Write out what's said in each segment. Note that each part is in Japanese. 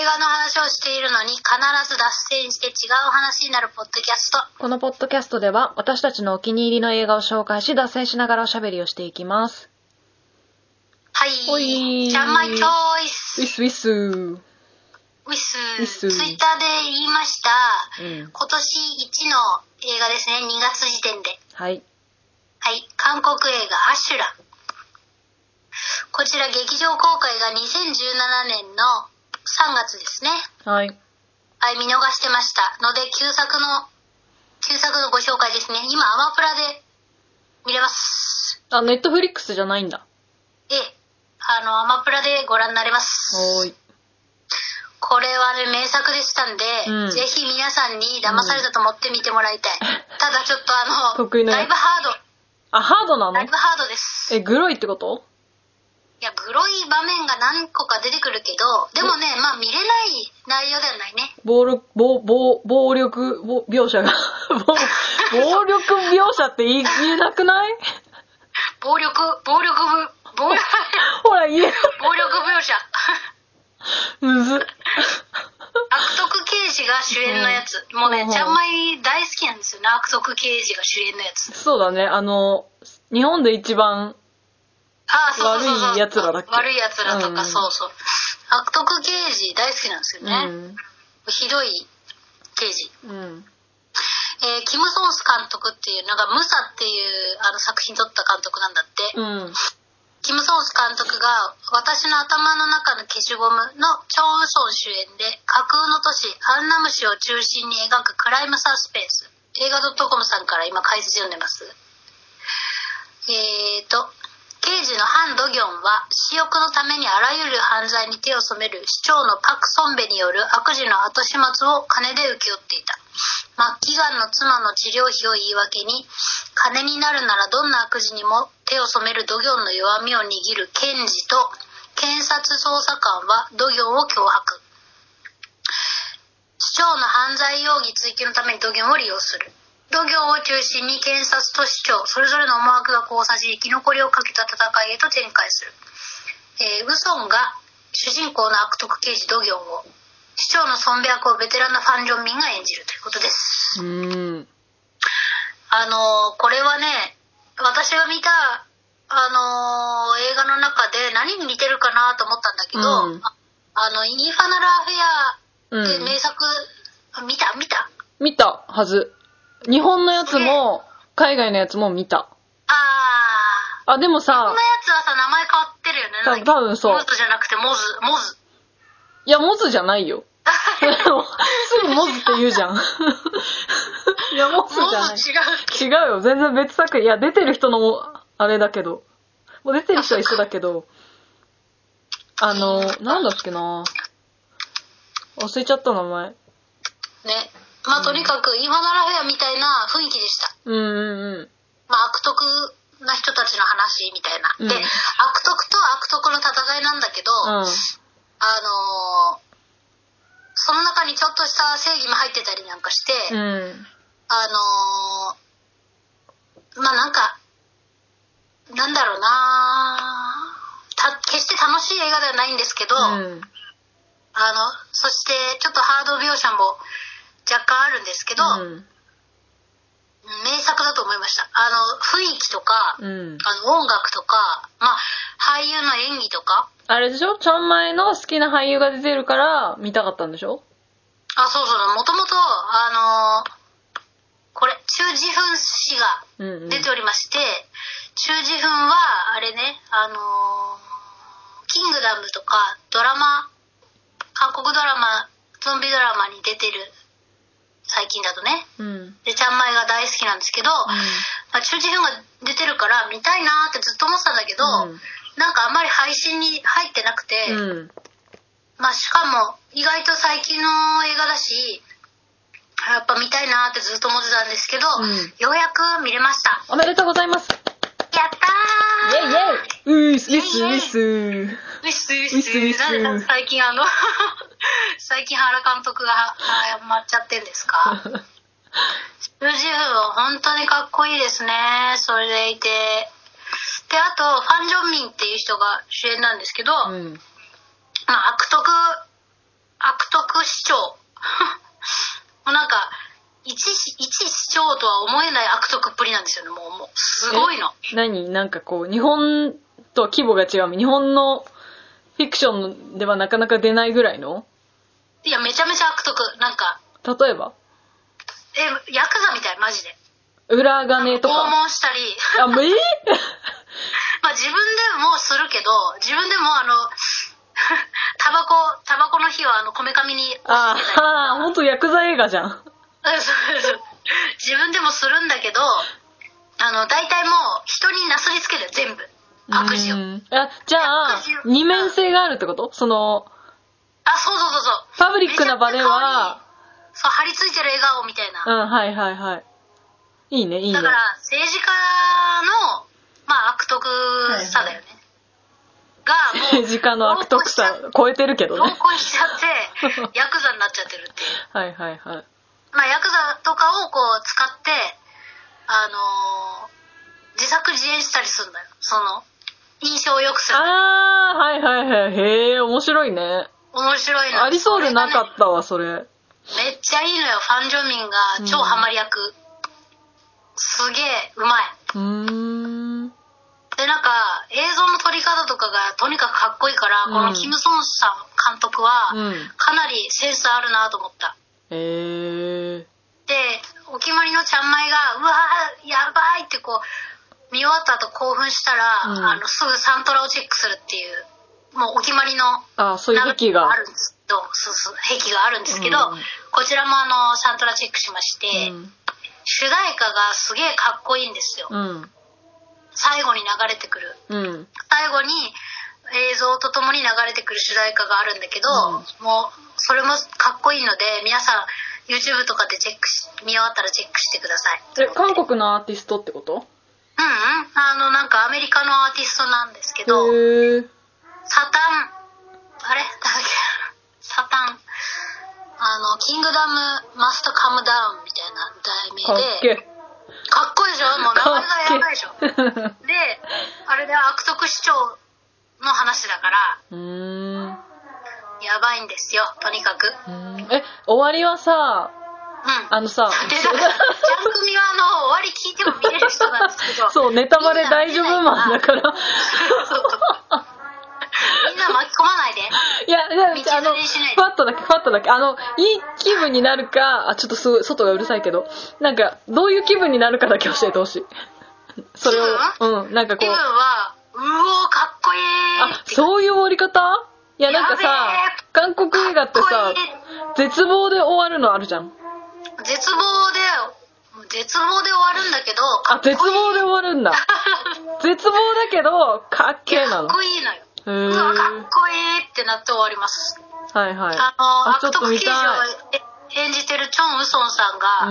映画の話をしているのに必ず脱線して違う話になるポッドキャスト。 このポッドキャストでは私たちのお気に入りの映画を紹介し脱線しながらおしゃべりをしていきます。 はい。 おいー。 じゃんマイチョイス。 ウィスウィス。 ウィス。ツイッターで言いました、今年一の映画ですね。2月時点で。 はい。 はい。韓国映画アシュラ。こちら劇場公開が2017年の3月ですね。 はい。 はい、見逃してましたので旧作のご紹介ですね。今アマプラで見れます。 あ、ネットフリックスじゃないんだ。 アマプラでご覧になれます。 おーい。 これはね名作でしたんで、ぜひ皆さんに騙されたと思って見てもらいたい。ただちょっと得意なだいぶハード。 あ、ハードなの？ だいぶハードです。 グロいってこと？ いや、グロい場面が何個か出てくるけど、でもね、まあ見れない内容ではないね。 暴力描写が暴力描写って言えなくない？ 暴力ほら言え暴力描写むずっ。 悪徳刑事が主演のやつ、もうね、ちゃんまい大好きなんですよね。悪徳刑事が主演のやつ。 そうだね。日本で一番悪いやつらだっけ？ 悪いやつらとか、そうそう。悪徳刑事大好きなんですよね。ひどい刑事。キム・ソンス監督っていうのがムサっていう作品撮った監督なんだって。キム・ソンス監督が私の頭の中の消しゴムのチョン・ウソン主演で架空の都市アンナム市を中心に描くクライムサスペンス。映画 .com さんから今解説読んでます。刑事のハン・ドギョンは私欲のためにあらゆる犯罪に手を染める市長のパク・ソンベによる悪事の後始末を金で請け負っていた。末期がんの妻の治療費を言い訳に金になるならどんな悪事にも手を染めるドギョンの弱みを握る検事と検察捜査官はドギョンを脅迫。市長の犯罪容疑追及のためにドギョンを利用する。ドギョンを中心に検察と市長それぞれの思惑が交差し生き残りをかけた戦いへと展開する。ウソンが主人公の悪徳刑事ドギョンを、市長のソンベ役をベテランのファン・ジョンミンが演じるということです。これはね、私が見た映画の中で何に似てるかなと思ったんだけど、インファナラ・フェアって名作、見たはず。日本のやつも海外のやつも見た。でもさ、 日本のやつはさ名前変わってるよね。 多分そう。 モズじゃなくてモズ。 いや、モズじゃないよ。すぐモズって言うじゃん。いや、モズじゃない。違うよ。全然別作品。いや、出てる人のあれだけど。もう出てる人は一緒だけど。なんだっけな。忘れちゃった名前。 ね。まあ、とにかくインファナラ・フェアみたいな雰囲気でした。まあ、悪徳な人たちの話みたいな。で、悪徳と悪徳の戦いなんだけど、その中にちょっとした正義も入ってたりなんかして、まあなんか、なんだろうな、決して楽しい映画ではないんですけど、そしてちょっとハード描写も若干あるんですけど、名作だと思いました。雰囲気とか、音楽とか、まあ俳優の演技とか。 あれでしょ？ちゃんまいの好きな俳優が出てるから見たかったんでしょ？ そうそう。もともとこれチュ・ジフン氏が出ておりまして、チュ・ジフンはあれね、キングダムとかドラマ、韓国ドラマ、ゾンビドラマに出てる。最近だとね、でちゃんまいが大好きなんですけど、チュ・ジフンが出てるから見たいなってずっと思ってたんだけど、なんかあんまり配信に入ってなくて、まあしかも意外と最近の映画だし、やっぱ見たいなってずっと思ってたんですけど、ようやく見れました。 おめでとうございます。 やったー。イエイイエイ。ウィス。 なんで最近最近原監督がハマっちゃってんですか？チュ・ジフンは本当にかっこいいですね。それでいて、であとファン・ジョンミンっていう人が主演なんですけど、まあ悪長とは思えない悪徳っぷりなんですよね。もうすごいの。 なんかこう日本とは規模が違う。日本のフィクションではなかなか出ないぐらいの。 いや、めちゃめちゃ悪徳。なんか例えばヤクザみたい、マジで。 裏金とか拷問したりまあ自分でもするけど、自分でもタバコの火はこめかみに押してたり。ほんとヤクザ映画じゃん。 そう自分でもするんだけど、大体もう人になすりつける、全部悪事を。 じゃあ二面性があるってこと？そうパブリックな場ではそう張り付いてる笑顔みたいな。 はいはいはい。いいねいいね。 だから政治家の悪徳さだよね、がもう政治家の悪徳さ超えてるけどね。 同行しちゃってヤクザになっちゃってるっていう。 はいはいはい。 ヤクザとかをこう使って自作自演したりするんだよ。その印象を良くする。 はいはいはい。へえ、面白いね。 面白いの。 ありそうでなかったわ、それ。 めっちゃいいのよ。ファン・ジョミンが超ハマり役。すげえうまい。で、なんか映像の撮り方とかがとにかくかっこいいから、このキム・ソンさん監督はかなりセンスあるなと思った。で、お決まりのちゃんまいがうわーやばいってこう見終わった後興奮したら、すぐサントラをチェックするっていうもうお決まりのそういう癖があるんですけど、癖があるんですけど、こちらもサントラチェックしまして、主題歌がすげえかっこいいんですよ。最後に流れてくる、最後に映像とともに流れてくる主題歌があるんだけど、もうそれもかっこいいので皆さん YouTube とかで見終わったらチェックしてください。 韓国のアーティストってこと？ なんかアメリカのアーティストなんですけど、サタンキングダムマストカムダウンみたいな題名でかっこいいでしょ。もう名前がやばいでしょで、あれで悪徳市長の話だからやばいんですよ、とにかく。 終わりはさ、 ジャン組は終わり聞いても見れる人なんですけどそう、ネタバレ大丈夫マンだからみんな巻き込まないで。 いや、ふわっとだけいい気分になるか、ちょっとすごい外がうるさいけど、なんかどういう気分になるかだけ教えてほしい。それをなんかこう気分はうおーかっこいいってそういう終わり方？いやなんかさ、韓国映画ってさ絶望で終わるのあるじゃん。 絶望で終わるんだけど、 絶望で終わるんだ絶望だけどかっけーなの。 かっこいいのよ。うわかっこいいってなって終わります。 はいはい。 悪徳刑事を演じてるチョン・ウソンさんが、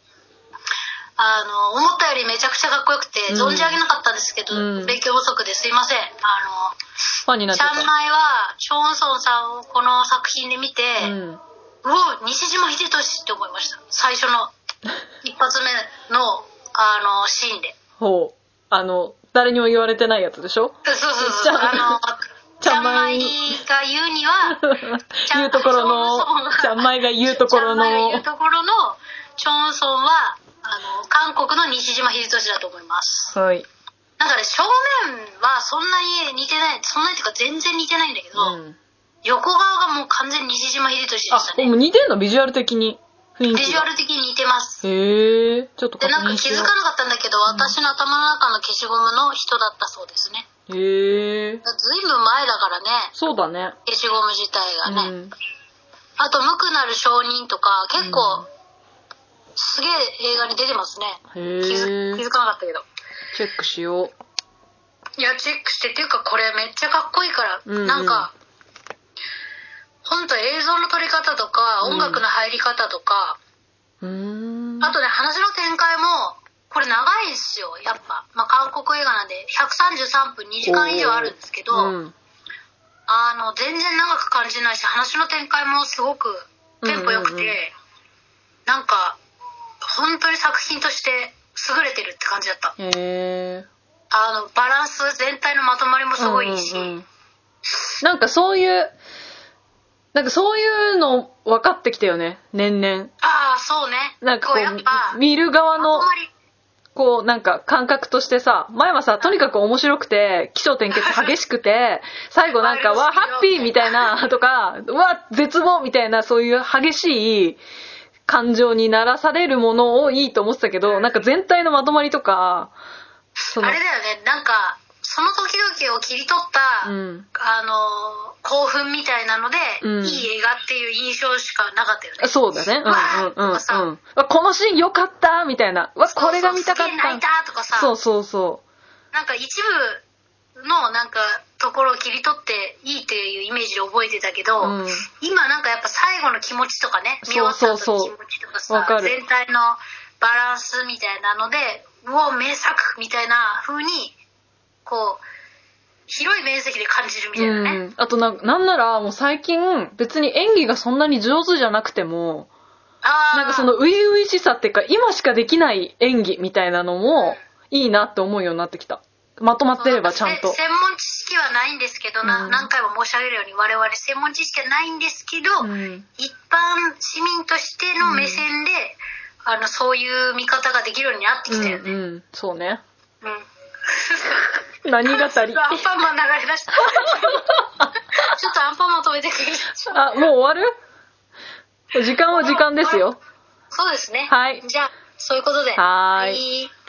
思ったよりめちゃくちゃかっこよくて、存じ上げなかったんですけど、勉強不足ですいません。 ファンになっちゃった。 チャンマイはチョン・ウソンさんをこの作品で見て、西島秀俊って思いました。最初の一発目のシーンで。 誰にも言われてないやつでしょ？ そうちゃんまいが言うにはちゃんまいが言うところのチョンソンは韓国の西島秀俊だと思います。 はい。 だから正面はそんなに似てない、そんなにっていうか全然似てないんだけど、横顔がもう完全に西島秀俊でしたね。 もう似てんの？ビジュアル的に。 ビジュアル的に似てます。 へえ、ちょっとでなんか気づかなかったんだけど、私の頭の中の消しゴムの人だったそうですね。 へえ。 ずいぶん前だからね。 そうだね。 消しゴム自体がね。あと無垢なる証人とか結構すげえ映画に出てますね。気づかなかったけど。 チェックしよう。いやチェックしてっていうかこれめっちゃかっこいいから、なんか。本当映像の撮り方とか音楽の入り方とか、あとね話の展開もこれ長いんですよやっぱ、韓国映画なんで133分2時間以上あるんですけど、全然長く感じないし話の展開もすごくテンポ良くて、なんか本当に作品として優れてるって感じだった。バランス全体のまとまりもすごいいいし、 なんかそういうの分かってきたよね、年々。 そうね。 なんかこう、見る側の、こうなんか感覚としてさ、前はさ、とにかく面白くて、起承転結激しくて、最後なんか、わ、ハッピーみたいな、とか、わ、絶望みたいな、そういう激しい感情にならされるものをいいと思ってたけど、なんか全体のまとまりとか、 あれだよね、なんか、その時々を切り取った、興奮みたいなので、いい映画っていう印象しかなかったよね。 そうだね。このシーン良かったみたいな。これが見たかった。すげえ泣いたとかさ。 そう。 なんか一部のなんかところを切り取っていいっていうイメージで覚えてたけど、今なんかやっぱ最後の気持ちとかね、見終わった後の気持ちとかさ、全体のバランスみたいなので、名作みたいな風に、こう、広い面積で感じるみたいなね。 あとなんならもう最近別に演技がそんなに上手じゃなくても、なんかその初々しさっていうか今しかできない演技みたいなのもいいなって思うようになってきた。まとまってればちゃんと。 専門知識はないんですけど、何回も申し上げるように我々専門知識はないんですけど、一般市民としての目線で、そういう見方ができるようになってきたよね。 そうね。何語り。 アンパンマン流れ出した。ちょっとアンパンマン止めてくれる。 あ、もう終わる？時間は時間ですよ。 そうですね。 はい。 じゃあ、そういうことで。 はい。